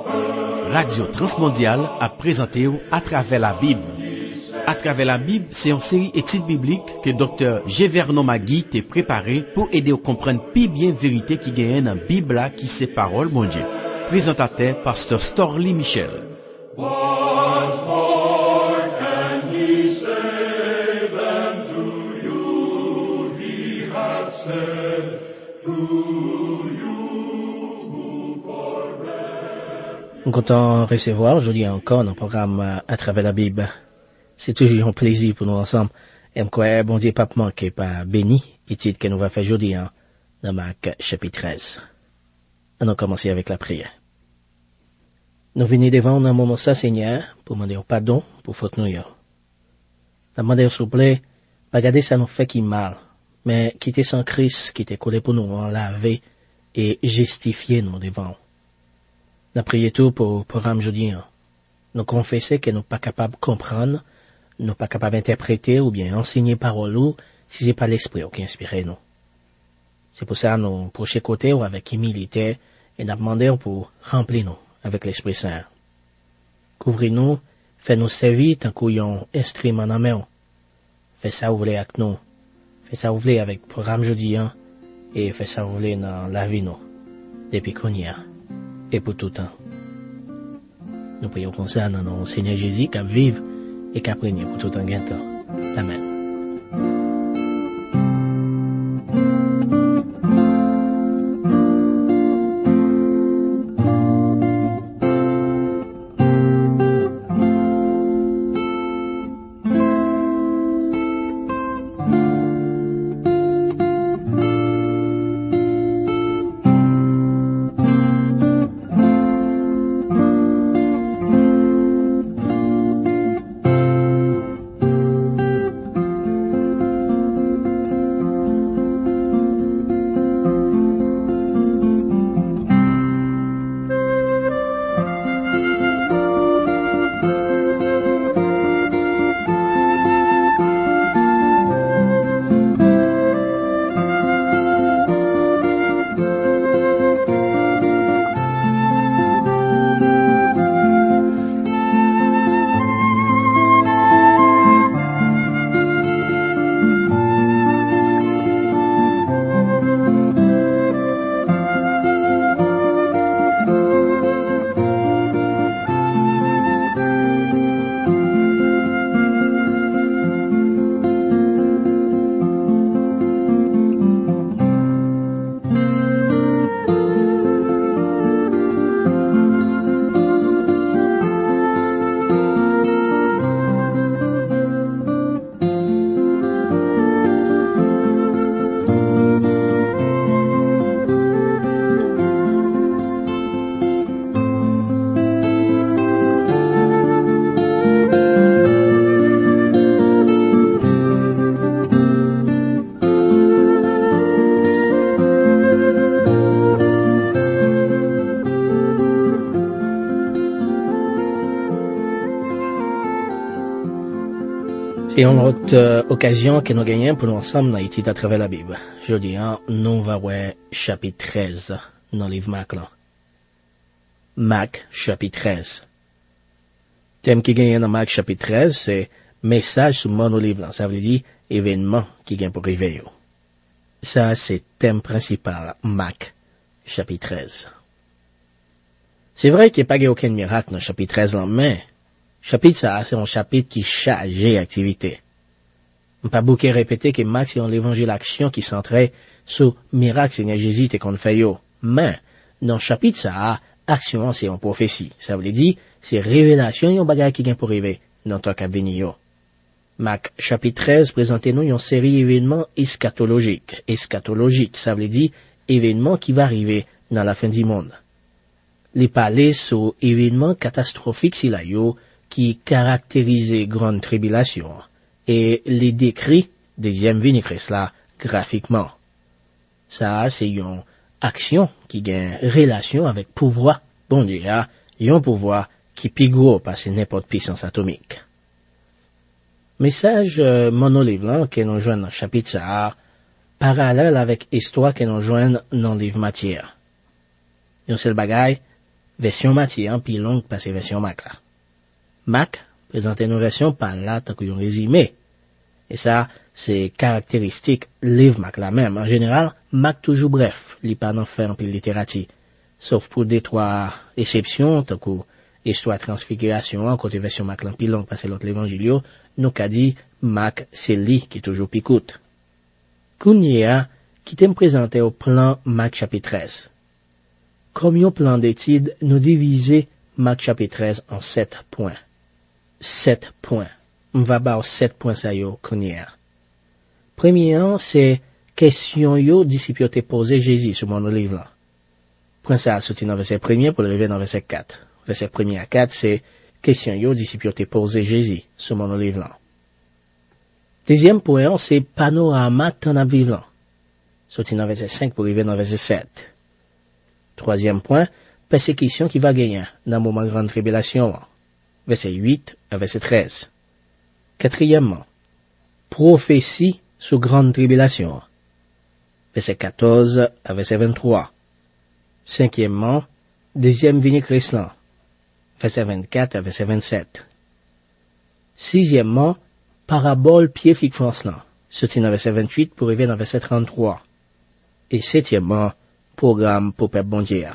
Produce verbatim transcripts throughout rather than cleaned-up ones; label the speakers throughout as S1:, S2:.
S1: Radio Transmondiale a présenté à travers la Bible. À travers la Bible, c'est une série études bibliques que docteur Gévernon Magui t'a préparé pour aider à comprendre plus bien vérité qui gagne dans la Bible qui c'est parole mon Dieu. Présentateur Pasteur Storly Michel.
S2: What more can he say than to you he hath said, to you who forever.
S3: Nous comptons recevoir aujourd'hui encore dans le programme à travers la Bible. C'est toujours un plaisir pour nous ensemble. Et quoi, bon Dieu, pas manquer, pas béni, étude que nous va faire aujourd'hui hein, dans Marc chapitre treize. Allons commencer avec la prière. Nous venons devant un moment ça, Seigneur, pour demander pardon pour faute nous. Nous demandons, s'il vous plaît, pas garder ça nous fait qui mal, mais quitter sans Christ qui était collé pour nous en laver et justifier nous devant. Nous prions tout pour le programme aujourd'hui. Nous confessons que nous ne sommes pas capables de comprendre, nous ne sommes pas capables d'interpréter ou bien enseigner parole ou si c'est pas l'esprit qui inspire nous. C'est pour ça que nous prochains côté ou avec humilité et nous demandons pour remplir nous avec l'Esprit Saint. Couvrez-nous, faites-nous servir tant qu'on y a un instrument en main. Faites ça ouvrir avec nous. Faites ça ouvrir avec le programme jeudi et faites ça ouvrir dans la vie nous. Depuis qu'on y a. Et pour tout temps. Nous prions comme ça dans notre Seigneur Jésus qui vive et qui règne pour tout un gain temps. Amen. C'est une autre euh, occasion que nous gagnons pour nous ensemble dans l'étude à travers la Bible. Aujourd'hui, nous va voir chapitre treize dans le livre Marc. Là. Marc chapitre treize. Thème qui gagne dans Marc chapitre treize, c'est message sur mon livre. Là. Ça veut dire événement qui gagne pour réveiller. Ça, c'est thème principal, Marc chapitre treize. C'est vrai qu'il n'y a pas aucun miracle dans chapitre treize, là, mais chapitre ça, c'est un chapitre qui charge d'activité. On peut pas beaucoup répéter que Marc, c'est un l'évangile action qui centrait sur miracle Seigneur Jésus et qu'on fait yo. Mais, dans le chapitre ça, action, c'est une prophétie. Ça veut dire, c'est révélation, yon bagay qui vient pour rêver, dans ton cas béni yo. Marc, chapitre treize, présentez-nous une série d'événements eschatologiques. Eschatologiques, ça veut dire, événements qui va arriver dans la fin du monde. Les parler sur événements catastrophiques si la yo, qui caractérisait grande tribulation et les décrit deuxième venue Christ là graphiquement. Ça, c'est une action qui gagne relation avec pouvoir. Bon Dieu, un pouvoir qui plus gros parce que n'importe puissance atomique. Message euh, monolivre que nous joignons dans le chapitre ça, parallèle avec histoire que nous joignons dans le livre matière. Yon seul bagay, Version Matthieu, en pile longue, passe version Mac là. Mac présente une version par là, tant qu'on résumé. Et ça, c'est caractéristique livre Mac là même. En général, Mac toujours bref, li pas n'en fait en pile littérature. Sauf pour deux, trois exceptions, tant que histoire transfiguration, côté version Mac là, pile longue, passe l'autre l'évangile, nous qu'a dit, Mac, c'est lui qui est toujours picoute. Kounia, qui t'aime présenter au plan Mac chapitre treize. Comme yon plan d'étude, nous divisons Mac chapitre treize en sept points. Sept points. On va voir sept points ça yo kounia. Premier, c'est question yo disciples te posé Jésus sur mon livre là. Point ça sorti dans verset premier pour le lever dans verset quatre. Verset premier à quatre, c'est question yo disciples te posé Jésus sur mon livre là. Deuxième point, c'est panorama tan ap vive là. Sorti dans verset cinq pour arriver dans verset sept. Troisième point, persécution qui va gagner dans le moment de grande tribulation. Verset huit à verset treize. Quatrièmement, prophétie sur grande tribulation. Verset quatorze à verset vingt-trois. Cinquièmement, deuxième venue Christ. Verset vingt-quatre à verset vingt-sept. Sixièmement, parabole pied fig France là. Sorti dans verset vingt-huit pour arriver dans verset trente-trois. Et septièmement, programme pour peuple bon Dieu.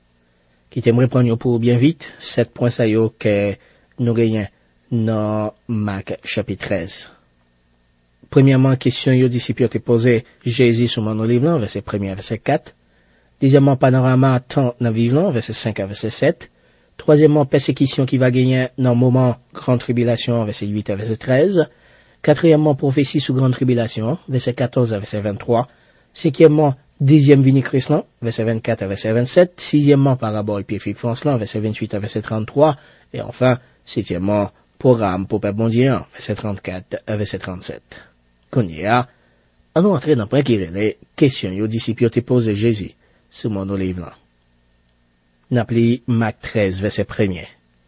S3: Qui t'aimerait prendre pour bien vite, sept points ça yo que nous gagnons dans Mac chapitre treize. Premièrement, question yo disciples te posé Jésus sur mon livre, verset premier à verset quatre. Deuxièmement, panorama temps dans vivant, verset cinq à verset sept. Troisièmement, persécution qui va gagner dans moment grande tribulation, verset huit à verset treize. Quatrièmement, prophétie sous grande tribulation, verset quatorze à verset vingt-trois. Cinquièmement, dixième venue Christ, verset vingt-quatre à verset vingt-sept. Sixièmement, parabole pied fig France, verset vingt-huit à verset trente-trois. Et enfin, septièmement, programme pour peuple bon Dieu, verset trente-quatre à verset trente-sept. Kounia, on entre dans le point qui relève question yo disciples te posé Jésus sur mon livre là. N'appli Mac treize verset premier.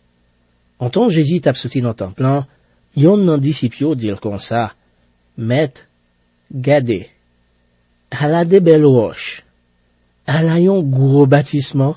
S3: En tant Jésus t'a sorti dans ton plan, yon nan disciples dire comme ça, Maître, gardez, à la de belles roches, à la yon gros bâtissement.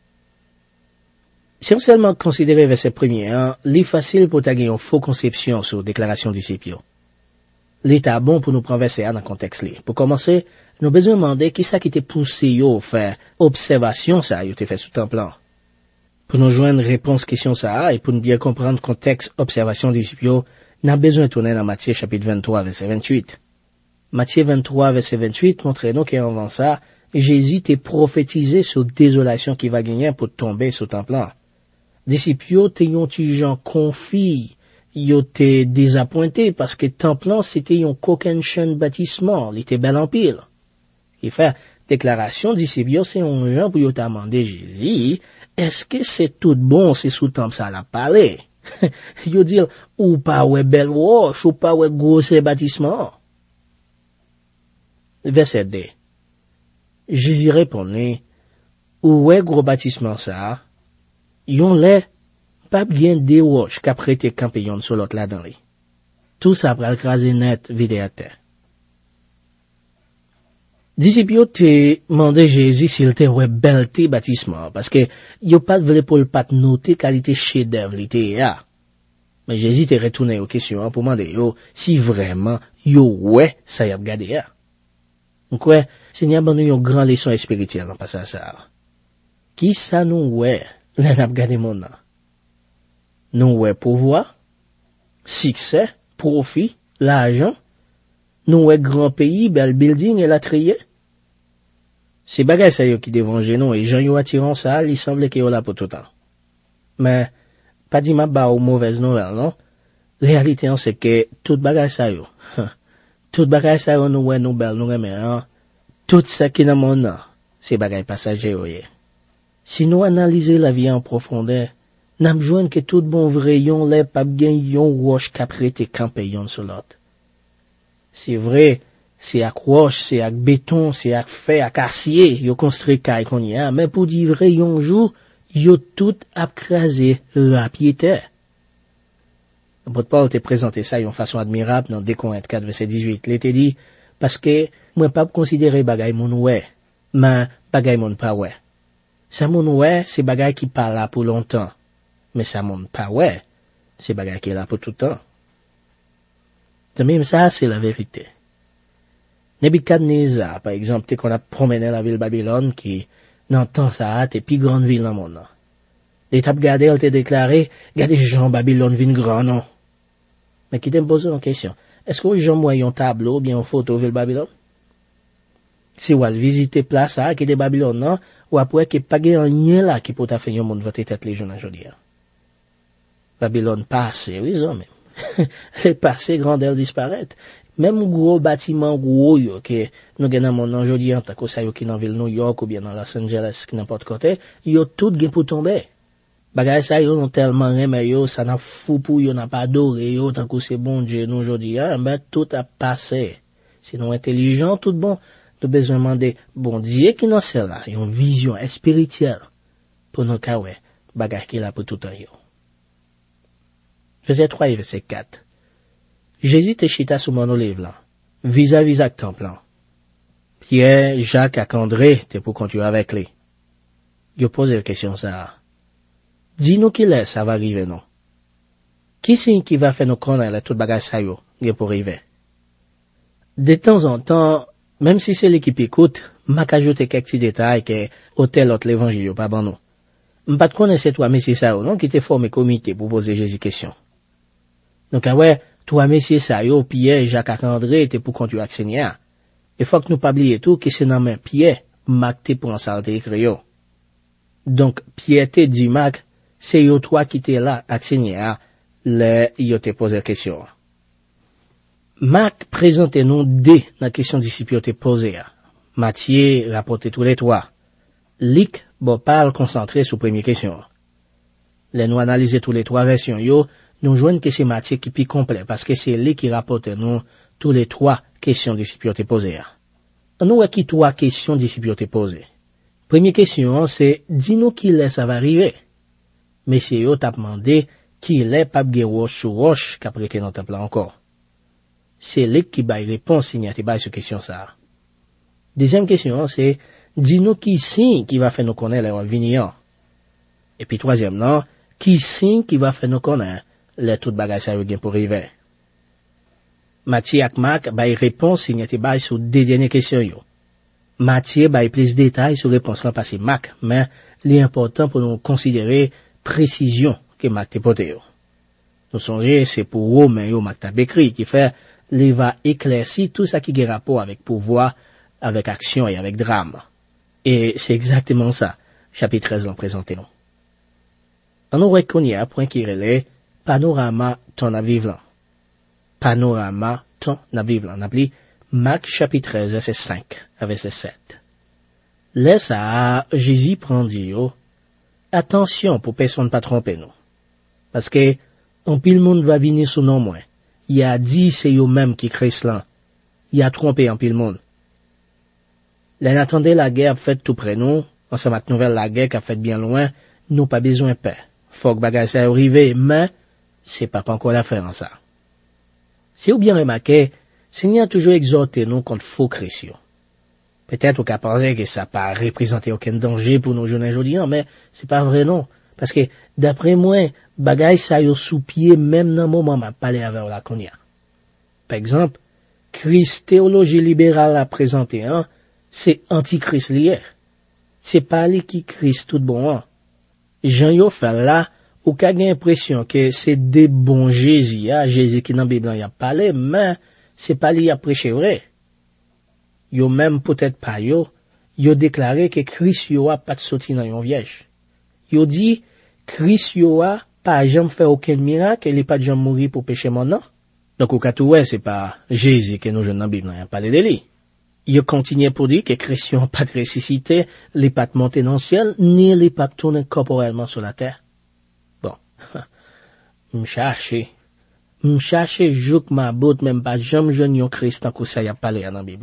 S3: Si on seulement considérer verset premier, hein, li facile pour ta une faux conception sur déclaration disciples. L'état bon pour nous prendre verset dans le contexte li. Pour commencer, nous besoin demander qui ça qui t'est poussé yo faire observation ça yo t'est fait sous ton plan. Pour nous joindre réponse question ça et pour nous bien comprendre contexte observation disciples, n'a besoin de tourner dans Matthieu chapitre vingt-trois verset vingt-huit. Matthieu vingt-trois verset vingt-huit montre nous qu'avant ça, Jésus t'est prophétisé sur désolation qui va gagner pour tomber sur ton plan. Disciples t'es yon ti gens confis, yo t'es désappointé parce que ton plan c'était yon coquin chaîne bâtissement, il était bel en pile. Il fait déclaration disciples c'est un gens pour yo t'a demandé Jésus, est-ce que c'est tout bon c'est sous temps ça l'a parlé? Yo dire ou pas ouais belle roche ou pas ouais gros bâtiment. Verset deux. Jésus répondait, ou ouais gros bâtiment ça, yon lè, pas bien des roches qu'a prêté camper yon sur l'autre là dans li. Tout ça pral craser net vide à terre. Disciples te mandé Jésus s'il te ouais belté bâtiment, parce que yo pas vle pour le pas noter qualité chef-d'œuvre li te ya. Mais Jésus te retourné aux questions pour demander yo si vraiment yo ouais ça y a regardé ya. Donc ouais, Seigneur ban nous yon grand leçon spirituelle en passant ça. Qui ça nous ouais, là n'a regardé mon nan. Nous ouais pouvoir, succès, profit, l'argent, nous ouais grand pays, bel building et la trier. C'est bagay ça yo qui dérange nous et gens yo attirant ça, il semble que yo là pour tout temps. Mais pas dit m'a ba ou mauvaise nouvelle non. Réalité c'est que tout bagay ça yo. Tout bagay sa yo nou wè nou bel nou remè an, tout sa ki nan mon nan, c'est bagay passager yo ye. Si nous analyser la vie en profondeur, n'am joine que tout bon vrai yon lè pap gen yon roche k'ap rete campé yon sur l'autre. C'est vrai, c'est ak roche, c'est ak béton, c'est ak fer, ak acier, yo construit kay kon y a, mais pour dire vrai yon jour, yo tout ap krasé rapidement. L'apôtre Paul t'a présenté ça d'une façon admirable dans deux Corinthiens quatre verset dix-huit. Il t'a dit, parce que moi pas considérer bagay mon ouais, mais bagay mon pas ouais. Ça moun ouais, c'est bagay qui pas là pour longtemps. Mais ça moun pas ouais, c'est bagay qui est là pour tout le temps. De même ça, c'est la vérité. Nebuchadnezzar, par exemple, t'es qu'on a promené la ville Babylone qui, dans le temps ça, t'es plus grande ville dans le monde. L'étape gardée, elle t'a déclaré, regardez Jean Babylone vin grand, non. Mais qui t'a posé une question. Est-ce que Jean voit un tableau ou bien une photo ville Babylone? Si vous visitez place ça, qui est Babylone, non, ou après qu'il n'y a pas rien là qui peut faire un monde voter tête les jeunes aujourd'hui. Babylone passé, oui, ça même. Elle est passée, grandeur disparaît. Même gros bâtiment gros yo que nous gagnons mon aujourd'hui en tant que ça yo qui dans ville New York ou bien dans Los Angeles qui n'importe côté, yo tout gen pour tomber. Bagay ça yo non tellement remè yo, ça n'a fou pour yo n'a pas adoré yo tant que c'est bon Dieu nous aujourd'hui, ben tout a passé. Sinon intelligent tout bon, nous besoin demander bon Dieu qui dans celle-là, une vision spirituelle pour nous kawè bagay qui là pour tout temps yo. Verset trois et verset quatre. Jésus te chita sous mon olive là, vis-à-vis avec temple là. Pierre, Jacques et André, t'es pour continuer avec lui. Yo pose la question ça. Dis-nous qui est, ça va arriver non? Qui c'est qui va faire nous connaître la toute bagage ça yo, yo pour arriver? De temps en temps, même si c'est l'équipe écoute, m'a ajouté quelques petits détails que hôtel autre l'évangile yo pas bon nous. M'pas de connaître toi messieurs ça non qui t'es formé comité pour poser Jésus question. Donc ouais, toi, messieurs, ça yo, Pierre, Jacques, André, t'es pour continuer avec Seigneur. Il faut que nous pas oublier tout, que c'est dans main Pierre, Mac t'es pour en salte écrit yo. Donc, Pierre t'es dit, Mac, c'est yo toi qui t'es là, avec Seigneur, le, yo t'es posé la question. Mac, présentez-nous des, la question disciple t'es posée. Matthieu, rapportez tous les trois. Luc, bon, parle concentré sur première question. Les nous analyser tous les trois versions yo, nous joignent que c'est Matthieu qui est complet, parce que c'est lui qui rapporte nous tous les trois questions disciples te posées. Nous avons qui trois questions disciples te posées. Première question, c'est, dis-nous qui l'est, ça va arriver. Monsieur yo t'a demandé qui l'est, pas de roche sur roche, qu'après que dans temple encore. C'est lui qui baille réponse, signate baille sur question ça. Deuxième question, c'est, dis-nous qui signe qui va faire nous connaître les venir. Et puis troisième, non, qui signe qui va faire nous connaître les tout bagay ça yo pour arriver. Matthieu ak Marc bay réponse signate bay sur deux dernières questions yo. Matthieu bay plus de détails sur réponse là parce que Marc, mais l'important pour nous considérer précision que Marc te porté yo. Nous songez c'est pour Romain yo Marc t'a écrit qui fait il va éclaircir tout ça qui a rapport avec pouvoir, avec action et avec drame. Et c'est exactement ça, chapitre treize l'en présenté nous. On nous reconnaît à point qui relève panorama ton à vivre. Panorama ton à vivre. On appelle Marc chapitre treize verset cinq à verset sept. Laisse à Jésus prendre dit attention pour personne pas tromper nous. Parce que en pile monde va venir sous nom moins. Il a dit c'est eux même qui créent cela. Il a trompé en pile monde. L'en attendait la guerre faite tout près nous. En ce matin nouvelle la guerre qu'a fait bien loin, nous pas besoin de paix. Faut que bagage ça arrive, mais c'est pas encore l'affaire en ça. Si vous bien remarqué, Seigneur a toujours exhorté nous contre faux chrétiens. Peut-être qu'on penser que ça pas représenter aucun danger pour nos jeunes aujourd'hui, mais c'est pas vrai non. Parce que, d'après moi, bagay ça yo sous pied même dans le moment où m'a parlé avec la konya. Par exemple, Christ théologie libérale a présenté, hein, c'est antichrist lié. C'est pas lui qui Christ tout bon, hein. Jean yo fait là, ou qu'a l'impression que c'est des bons Jésus, hein, Jésus qui dans la Bible y a parlé, mais c'est pas lui qui a prêché vrai. Yo même peut-être pas yo, yo déclaré que Christ yo a pas de sorti dans yon vierge. Yo dit, Christ yo a pas jamais fait aucun miracle, il est pas jamais mourir pour pécher mon nom. Donc, au cas où, c'est pas Jésus que nous jeunes dans la Bible, n'a pas de délit. Il continue pour dire que Christ n'a pas de ressuscité, les pas de monter dans le ciel, ni les pas de tourner corporellement sur la terre. Bon. M'cherche. M'cherche, jouk ma bout, même pas jamais jeune yon Christ, tant que ça y a parlé dans la Bible.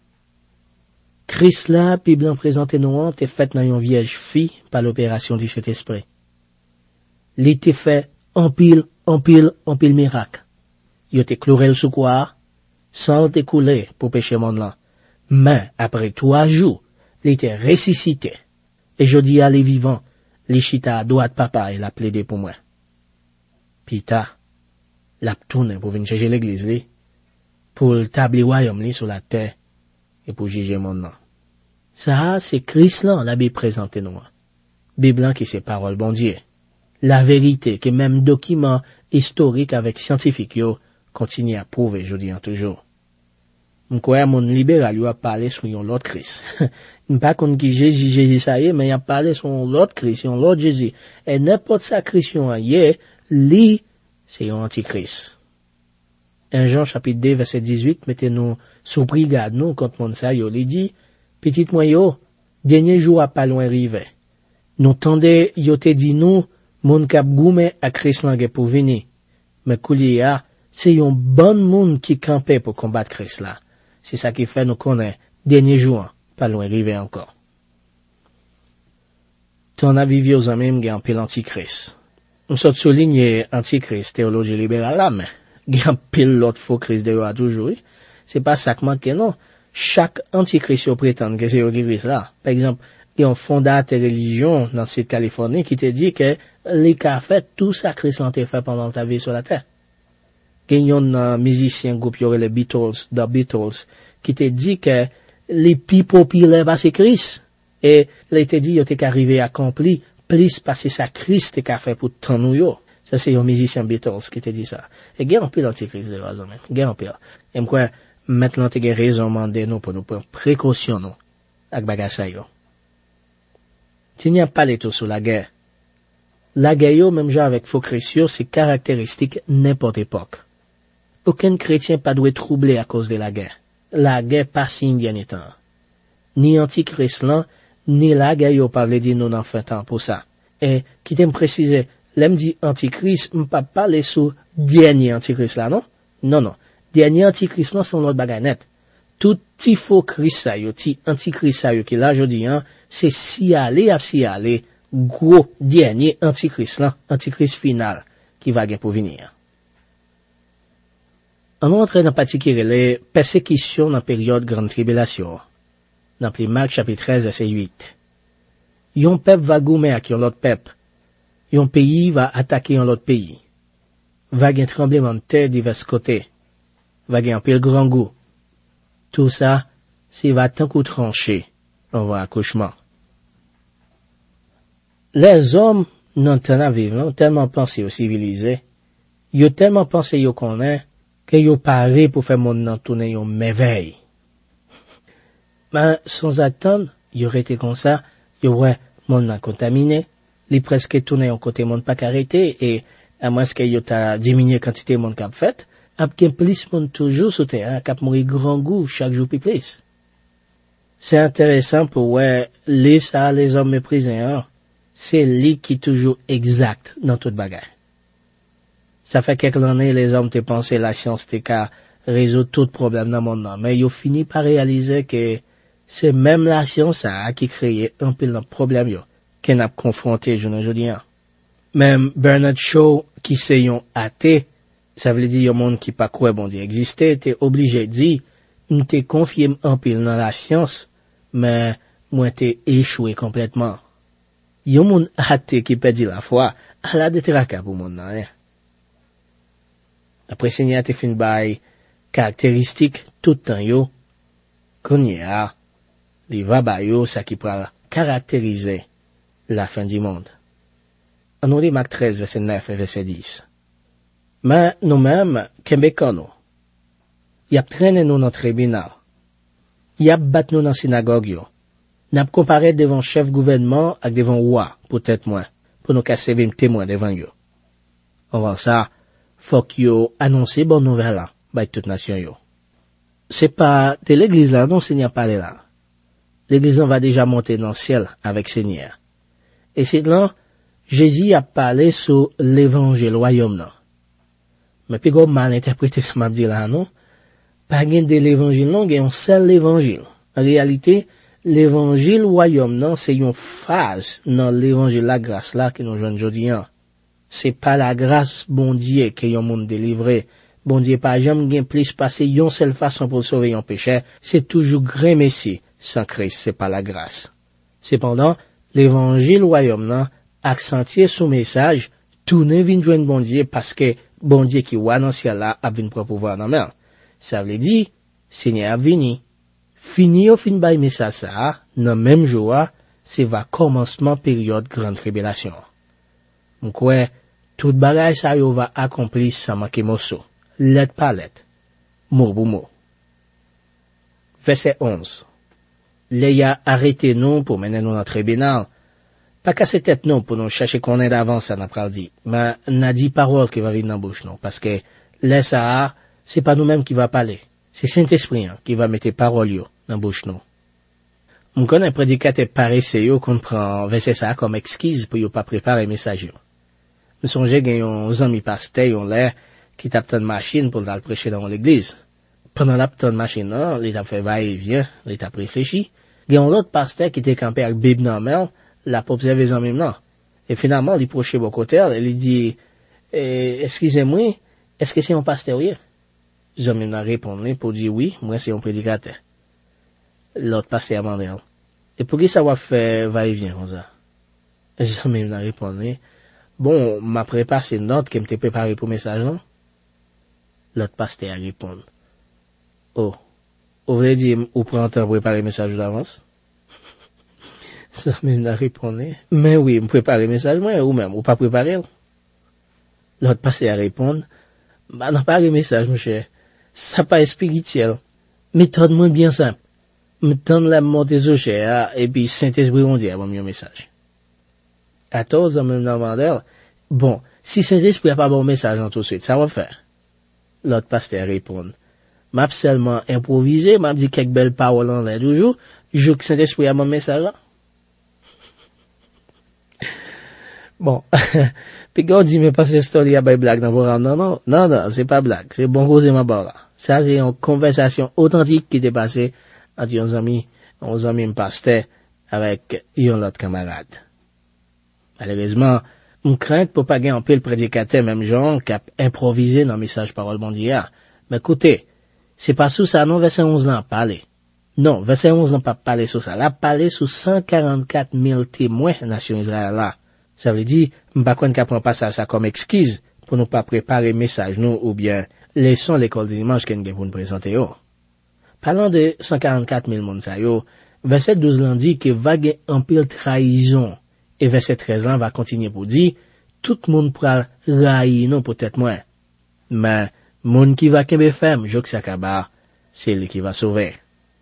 S3: Christ là, Bible en présenté nous, t'es fait dans yon vierge fille, par l'opération du Saint-Esprit. Il était fait en pile, en pile, en pile miracle. Il était cloué le soukoir, sans t'écouler pour pécher mon là. Mais, après trois jours, il était ressuscité. Et je dis à les vivants, les chita à droite papa et la plaidé pour moi. Pita, la tourne pour venir chercher l'église li, pour le tabler royaume li sur la terre et pour juger mon nom. Ça, c'est Christ là, la Bible présente nous. Bible qui c'est parole bon Dieu. La vérité que même document historique avec scientifique yo continue à prouver, je dis en toujours. M'kouè mon libéral yo a parlé sur yon l'autre Christ. M'pas qu'on qui Jésus, Jésus ça y est, mais y a parlé sur l'autre Christ, yon l'autre Jésus. Et n'importe sa Christ yon y est, li, c'est yon antichrist. un Jean chapitre deux verset dix-huit, mettez-nous sous brigade nous, quand mon ça yo li dit, petit moi yo, dernier jour a pas loin rive. Nous tendez yo te dit nous, mon kap goume à Christ langue pour venir. Mais kouliya, c'est yon bon monde qui campait pour combattre Christ là. C'est ça qui fait nous connaître, dernier jour, pas loin rive encore. Ton avis vieux amis m'gen pile antichrist. On saute souligner antichrist, théologie libérale là, mais gen pile l'autre faux Christ de yo a toujours. C'est pas ça que manque non. Chaque antichrist yo prétend que c'est yo Christ là. Par exemple, il y a un fondateur de religion dans cette Californie qui te dit que les cas fait tout ça Christ l'a fait pendant ta vie sur la terre. Il y a un musicien groupe y aurait les Beatles, The Beatles, qui te dit que les plus populaires c'est Christ. Et il te dit il était arrivé à accompli plus parce que ça Christ qu'a fait pour tant nous yo. Ça c'est un musicien Beatles qui te dit ça. Et il y a un peu d'antichrist de raison même. Il y a un peu. Et moi maintenant tu as raison demander nous pour nous prendre précaution nous avec bagage yo. Tu n'y a pas les tout sur la guerre. La guerre yo même genre avec faux chrétiens c'est caractéristique n'importe époque. Aucun chrétien pas doit troubler à cause de la guerre. La guerre pas signe bien étant. Ni antichrist là, ni la guerre yo pas vle dire nous n'en fait temps pour ça. Et qui t'aime préciser, l'aime dit antichrist, m'pas parler sur dernier antichrist là non? Non non. Dernier antichrist là c'est l'autre bagay net. Tout ti faux Christ ça yo, ti antichrist ça yo qui là je dis hein, c'est si aller à si aller gros dernier antichrist là, antichrist final qui va gen pour venir. On entre dans partie qui relève persécution dans la période grande tribulation. Dans les Marc chapitre treize verset huit. Yon peuple va goumer avec yon l'autre peuple. Yon pays va attaquer yon l'autre pays. Va gen tremblement de terre divers côtés. Va gen pile grand goût. Tout ça, c'est va tant coup tranché. On va accouchement. Les hommes, non tellement vivants, tellement pensé au civilisé, yo tellement pensé yo connaît, que yo paré pour faire mon nan tourner yon merveille. Mais sans attendre, yo été comme ça, yo ouais, mon nan contaminé, li presque tourné en côté mon pas arrêté, et à moins que yo t'a diminué quantité mon cap fait, ap gen plus mon toujours sur terrain, cap mourir grand goût chaque jour plus plus. C'est intéressant pour ouais, les ça, les hommes méprisés, hein, c'est li qui toujours exact dans toute bagarre. Ça fait quelques années, les hommes te pensaient la science te ka résoudre tout problème dans le monde, mais ils ont fini par réaliser que c'est même la science ça qui crée un peu de problème yo, qu'on a confronté aujourd'hui. Même Bernard Shaw, qui c'est un athée, ça veut dire un monde qui pas croit bon Dieu existait, était obligé de dire, nous te confié un peu dans la science, mais moi t'ai échoué complètement. Yon monde athée qui perdit la foi, à la détraka pour mon nan, hein. Après Seigneur te fin bay caractéristique tout temps yo, konye a, li va bay yo ça qui pourra caractériser la fin du monde. On nous lit Marc treize verset neuf et verset dix. Mais nous-mêmes, Québécois, y a traîné nous dans tribunal. Y a bat nous dans synagogue yo. N'a comparé devant chef gouvernement avec devant roi, peut-être moins, pour nous casser un témoin devant yo. On va ça, faut que annoncer bonne nouvelle là, by toute nation yo. C'est pas de l'église là, non Seigneur parler là. L'église va déjà monter dans le ciel avec Seigneur. Et c'est là, Jésus a parlé sur l'évangile royaume là. Mais puis go mal interprété ça m'a dit là non. Pas gain de l'évangile non, gain un seul évangile. En réalité, l'évangile royaume non, c'est une phase dans l'évangile la grâce là que nous joignons aujourd'hui. C'est pas la grâce bon Dieu que yon monde délivré. Bon Dieu pas jamais gain plus passer yon seule façon pour sauver yon péché, c'est toujours grand Messie. Sans Christ, c'est pas la grâce. Cependant, l'évangile royaume nan accentuer son message, tourner vin joindre bon Dieu parce que bon Dieu qui wa dans ciel là a vinn prendre pouvoir dans mer. Ça veut dire Seigneur a vini. Fini au fin bay message ça, dans même jour, c'est va commencement période grande tribulation. M'kwe tout bagay ça yo va accompli sans manquer morceau. Lettre par lettre. Mot pour mot. Verset onze. Les a arrêté nous pour mener nous dans le tribunal. Pas casser tête non pour nous chercher qu'on est d'avance ça n'a pas dit. Mais n'a dit parole qui va venir dans la bouche non. Parce que les ça, c'est pas nous-mêmes qui va parler. C'est Saint-Esprit hein, qui va mettre parole yo dans la bouche non. On connaît un prédicateur paresseux yo qu'on prend verset ça comme excuse pour yo pas préparer message yo. Me songe gen yon zami pasteur yon l'air qui tape une machine pour le prêcher dans l'église. Pendant la petite machine là, il a fait va et vient, il a réfléchi. Gen l'autre pasteur qui était campé avec Bible dans main, l'a pas observé en même temps. Et finalement, il proche au côté, il dit eh, excusez-moi, est-ce que c'est un pasteur hier? Zami n'a répondu pour dire oui, moi c'est un prédicateur. L'autre pasteur a demandé et pour qui ça va faire va et vient comme ça? Zami n'a répondu bon, m'a préparé une note qui m'était préparée pour message non? L'autre pasteur a répondu oh, vous voulez dire, ou prend temps pour préparer le message d'avance? Ça même a répondu. Mais oui, me préparer le message, moi, ou même, ou pas préparer. L'autre passé à répondre, bah, non, pas le message, mon cher. Ça pas spirituel. Méthode moins bien simple. Me tendre la montée au cher, et puis Saint-Esprit on dit, bon, mieux message. À tous, dans même demandeur, bon, si Saint-Esprit a pas bon message en tout de suite, ça va faire. L'autre pasteur répond, m'a seulement improvisé, m'a dit quelques belles paroles en l'air toujours, je que Saint-Esprit a mon message là. Bon, puis quand on dit, mais pas cette histoire, il y a pas de blague dans vos rangs, non, non, non, non, c'est pas blague, c'est bon cause ma barre là. Ça, c'est une conversation authentique qui était passée entre un ami, un ami pasteur avec un autre camarade. Malheureusement, on craint pour pas gagner un peu le prédicateur, même genre, qui a improvisé dans le message parole mondiale. Mais écoutez, c'est pas sous ça, non, verset onze là, parler. Non, verset onze n'a pas parlé sur ça. Là, parler sur cent quarante-quatre mille témoins nation Israël là. Ça veut dire, m'pas qu'on qu'à prendre pas ça, ça comme excuse pour nous pas préparer message nous ou bien laissons l'école de dimanche qu'on pour nous présenter. Oh. Parlant de cent quarante-quatre mille monde ça yo, verset douze là dit que va gagner un pile trahison et verset treize là va continuer pour dire tout le monde pourra railler non peut-être moins. Mais moun qui va kembe ferme, Jok Sakaba, c'est lui qui va sauver.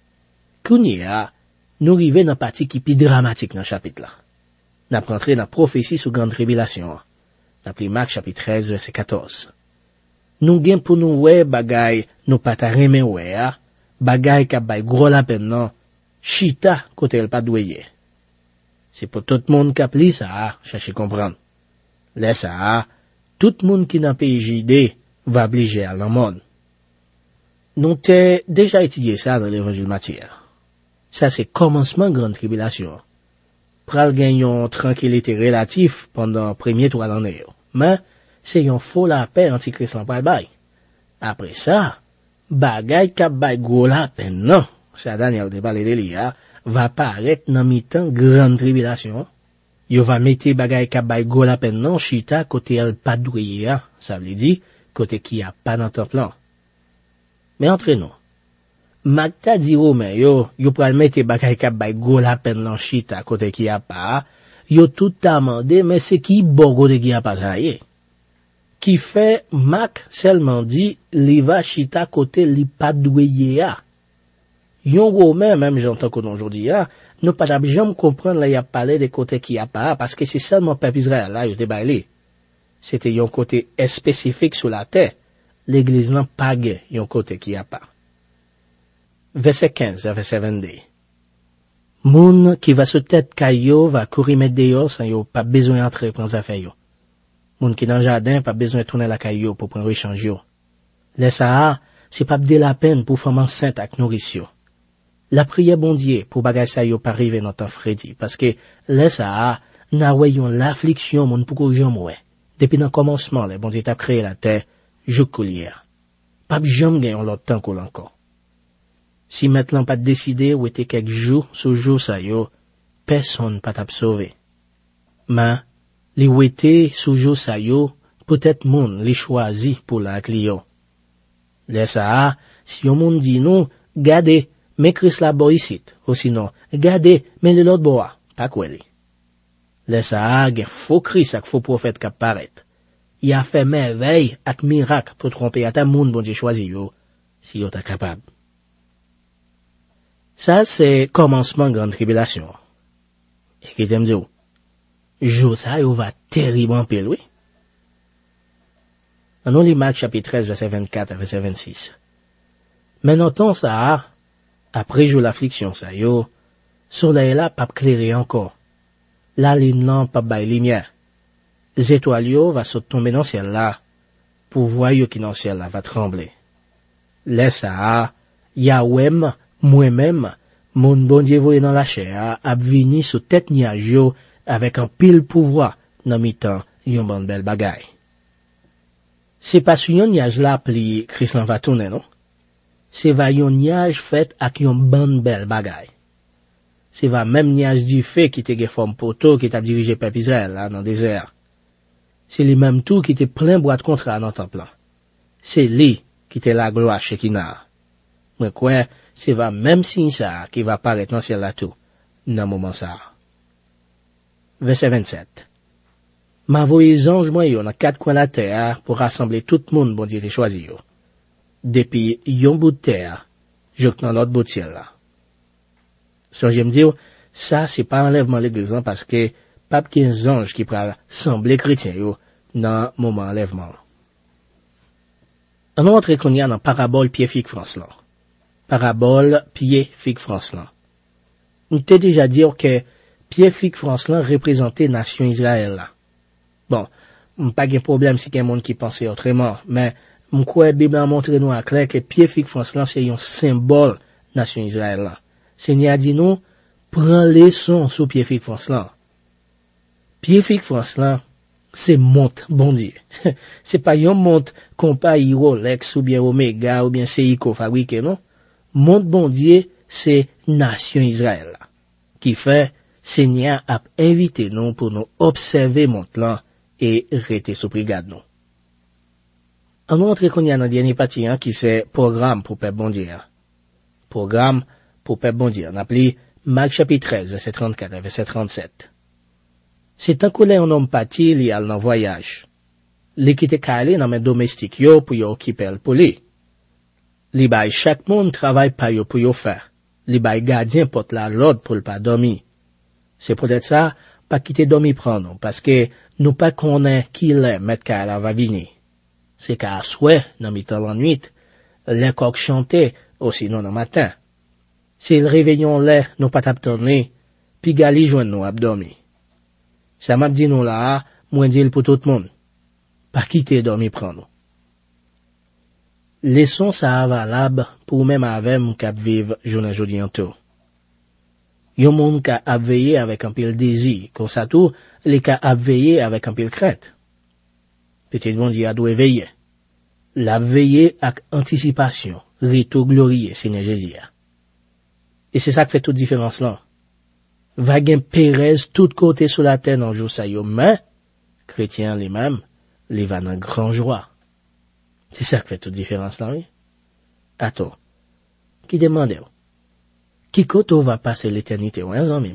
S3: Kounia, nous arrivons dans la partie qui est plus dramatique dans le chapitre là. Nous avons rentré dans la prophétie sur grande tribulation. Nous avons Marc chapitre treize, verset quatorze. Nous gain pour nous ouais bagay, nous pas ta remen ouais, bagay ka bay gros la peine non, chita côté elle pas doué. C'est pour tout le monde qui a pris ça, chercher comprendre. Laisse ça, tout le monde qui n'a pas J D va obliger à le monde. Nous t'ai déjà étudié ça dans l'évangile Matthieu. Ça c'est commencement grande tribulation. Pral gagnon tranquillité relative pendant premier trois l'année. Mais c'est yon faux la paix antichrist en bay. Après ça, bagay k'ap bay gros la peine non. Ça Daniel de parler de l'Ia va paraître dans mi-temps grande tribulation. Yo va mettre bagay k'ap bay gros la peine non chita côté elle pas doué. Ça veut dire côté qui a pas dans ton plan. Mais entre nous, Magta dit Romain yo, yo pral mette bagay k'ap bay gros la peine nan chita côté qui a pas, yo tout amandé mais c'est qui bon côté qui a pas ça y est. Qui fait Mac seulement dit li va chita côté li pas doué ya. Yon Romain même j'entends qu'on aujourd'hui a, nous pas jamais comprendre là y a parlé de côté qui a pas parce que c'est seulement peuple Israël là yo te bailé. C'était yon côté spécifique sur la terre. L'église n'a pas gay yon côté qui a pas. Verset quinze à verset vingt-deux. Moun qui va se tête kayo va courir mettre dehors sans yo pas besoin entrer prendre affaire yo. Moun qui dans le jardin pas besoin tourner la kayo pour prendre échange yo. Laisse ça, c'est pas de la peine pour femme enceinte ak nourrice yo. La prière bon Dieu pour bagay ça yo pas arriver dans temps Freddy parce que laisse ça, na voyon l'affliction moun pour que j'aime ouais. Depuis dans commencement, le bon Dieu t'a créé la terre, jou coulière. Pas jamais gagne l'autre temps qu'on encore. Si maintenant pas décidé ou était quelques jours, ce jour ça yo, personne pas t'a sauvé. Mais, li wete soujou sa yo, peut-être moun li choisi pour la clio. Le ça, si yon moun dit nou, gade, mais Christ la bo ici, ou sinon, gade, mais le l'autre boa, pas quoi li. Le ça, gen faux Christ ak faux prophète k'ap paraît. Y a fait merveille ak miracle pour tromper à ta moun bon Dieu choisi yo, si yo ta capable. Ça, c'est commencement grande tribulation. Et qui t'aime dire, jour ça, yo va terrible en pile, oui. On lit Marc chapitre treize, verset vingt-quatre à verset vingt-six. Mais non ça, après jour l'affliction ça, yo, soleil là, pas clairer encore. La lune là, pas bail lumière. Les étoiles yo va se tomber dans le ciel là, pour voir yo qui dans le ciel là va trembler. Laisse ça, Yahweh, moi-même, mon bon Dieu voyé dans la chair, a vini sous tête niage yo, avec un pile pouvoir, dans mi-temps, yon bon belle bagaille. C'est pas sur yon niage là, pli, Christ va tourner, non? C'est va yon niage fait avec yon bon belle bagaille. C'est va même niage du fait qui te ge forme poteau qui t'a dirigé peuple Israël, là, dans le désert. C'est lui même tout qui te plein boîte de contrat dans ton plan. C'est lui qui te la gloire chez Kina. Mais quoi, c'est va même signe ça qui va paraître dans le ciel là tout, dans le moment ça. Verset vingt-sept. Ma voyez ange moi yo dans quatre coins de la terre pour rassembler tout le monde bon Dieu te choisi yo. Depuis yon bout de terre, je dans l'autre bout de ciel là. So j'aime dire, ça c'est pas enlèvement l'église parce que pas quinze anges qui pourra sembler chrétiens yo dans moment enlèvement. On entre qu'on y a dans parabole pied figue France là. Parabole pied figue France là. On t'a déjà dit que pied figue France là représentait nation Israël là. Bon, pas de problème si quelqu'un monde qui pensait autrement, mais m'croit Bible a montré nous à clair que pied figue France là c'est un symbole nation Israël là. Seigneur dit nous prends leçon sur pied figue France là. Pied figue France là c'est monte bon Dieu. C'est pas un monte compagnie Rolex ou bien Omega ou bien Seiko fabriqué non. Monte bon Dieu c'est nation Israël là. Qui fait Seigneur a invité nous pour nous observer monte là et rester sous brigade nous. On montre qu'on y a dans dernier partie hein, qui c'est programme pour peuple bon Dieu. Programme pour peuple bon Dieu. On appelé Marc chapitre treize verset trente-quatre verset trente-sept. C'est un collègue un homme parti li al dans voyage. Li qui te calé dans mes domestiques yo pour yo occuper le pour lui. Li bay chaque monde travaille pas yo pour yo faire. Li bay gardien porte la l'ordre pour le pas dormir. C'est peut-être ça pas quitter dormir prendre parce que nous pas connaît qui l'est mettre qu'elle va venir. C'est qu'à souhait dans mi-temps la nuit, les coqs chantaient aussi non le matin. C'est le réveillon là nous pas t'abtonner, puis gali joindre nous abdormi. Ça m'a dit nous là, moins dit pour tout le monde. Pas quitter dormir prendre. Laissons ça valable pour même avec mon cap vivre journée jodi en tout. Yon moun ka ap veillé avec un pile désir, comme ça tout, les ka ap veillé avec un pile crainte. Petit bon Dieu a dû veiller. La veiller avec anticipation, rito glorieux, Seigneur Jésus. Et c'est ça qui fait toute différence là. Va gen Pérez tout côté sur la terre dans jour ça yo, mais, chrétiens les mêmes, les va dans grand joie. C'est ça qui fait toute différence là, oui. Attends. Qui demande? Qui koto va passer l'éternité, ouais, amis?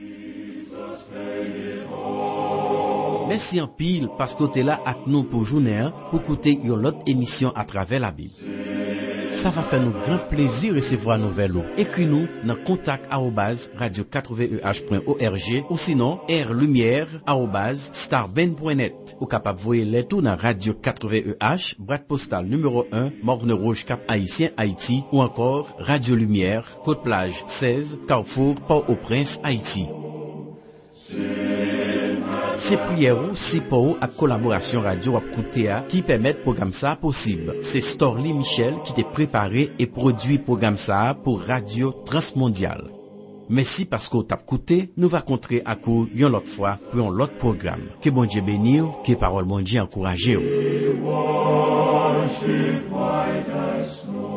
S1: Merci en pile parce que t'es là avec nous pour journée, pour écouter une autre émission à travers la Bible. Ça va faire nous grand plaisir recevoir nos vélos. Écris-nous dans contact arobase radio quatre v e h point org ou sinon airlumière arobase starben point net. Ou capable voyer les tout dans radio quatre v e h, boîte postale numéro un, Morne Rouge, Cap Haïtien, Haïti, ou encore Radio Lumière, Côte-Plage seize, Carrefour, Port-au-Prince, Haïti. C'est prière ou si pour à collaboration radio à côté qui permettent programme ça possible. C'est Storly Michel qui t'a préparé et produit programme ça pour Radio Transmondial. Merci parce que t'as écouté, nous va rencontrer à coup une autre fois pour un autre programme. Que bon Dieu bénisse, que parole bon Dieu encourage.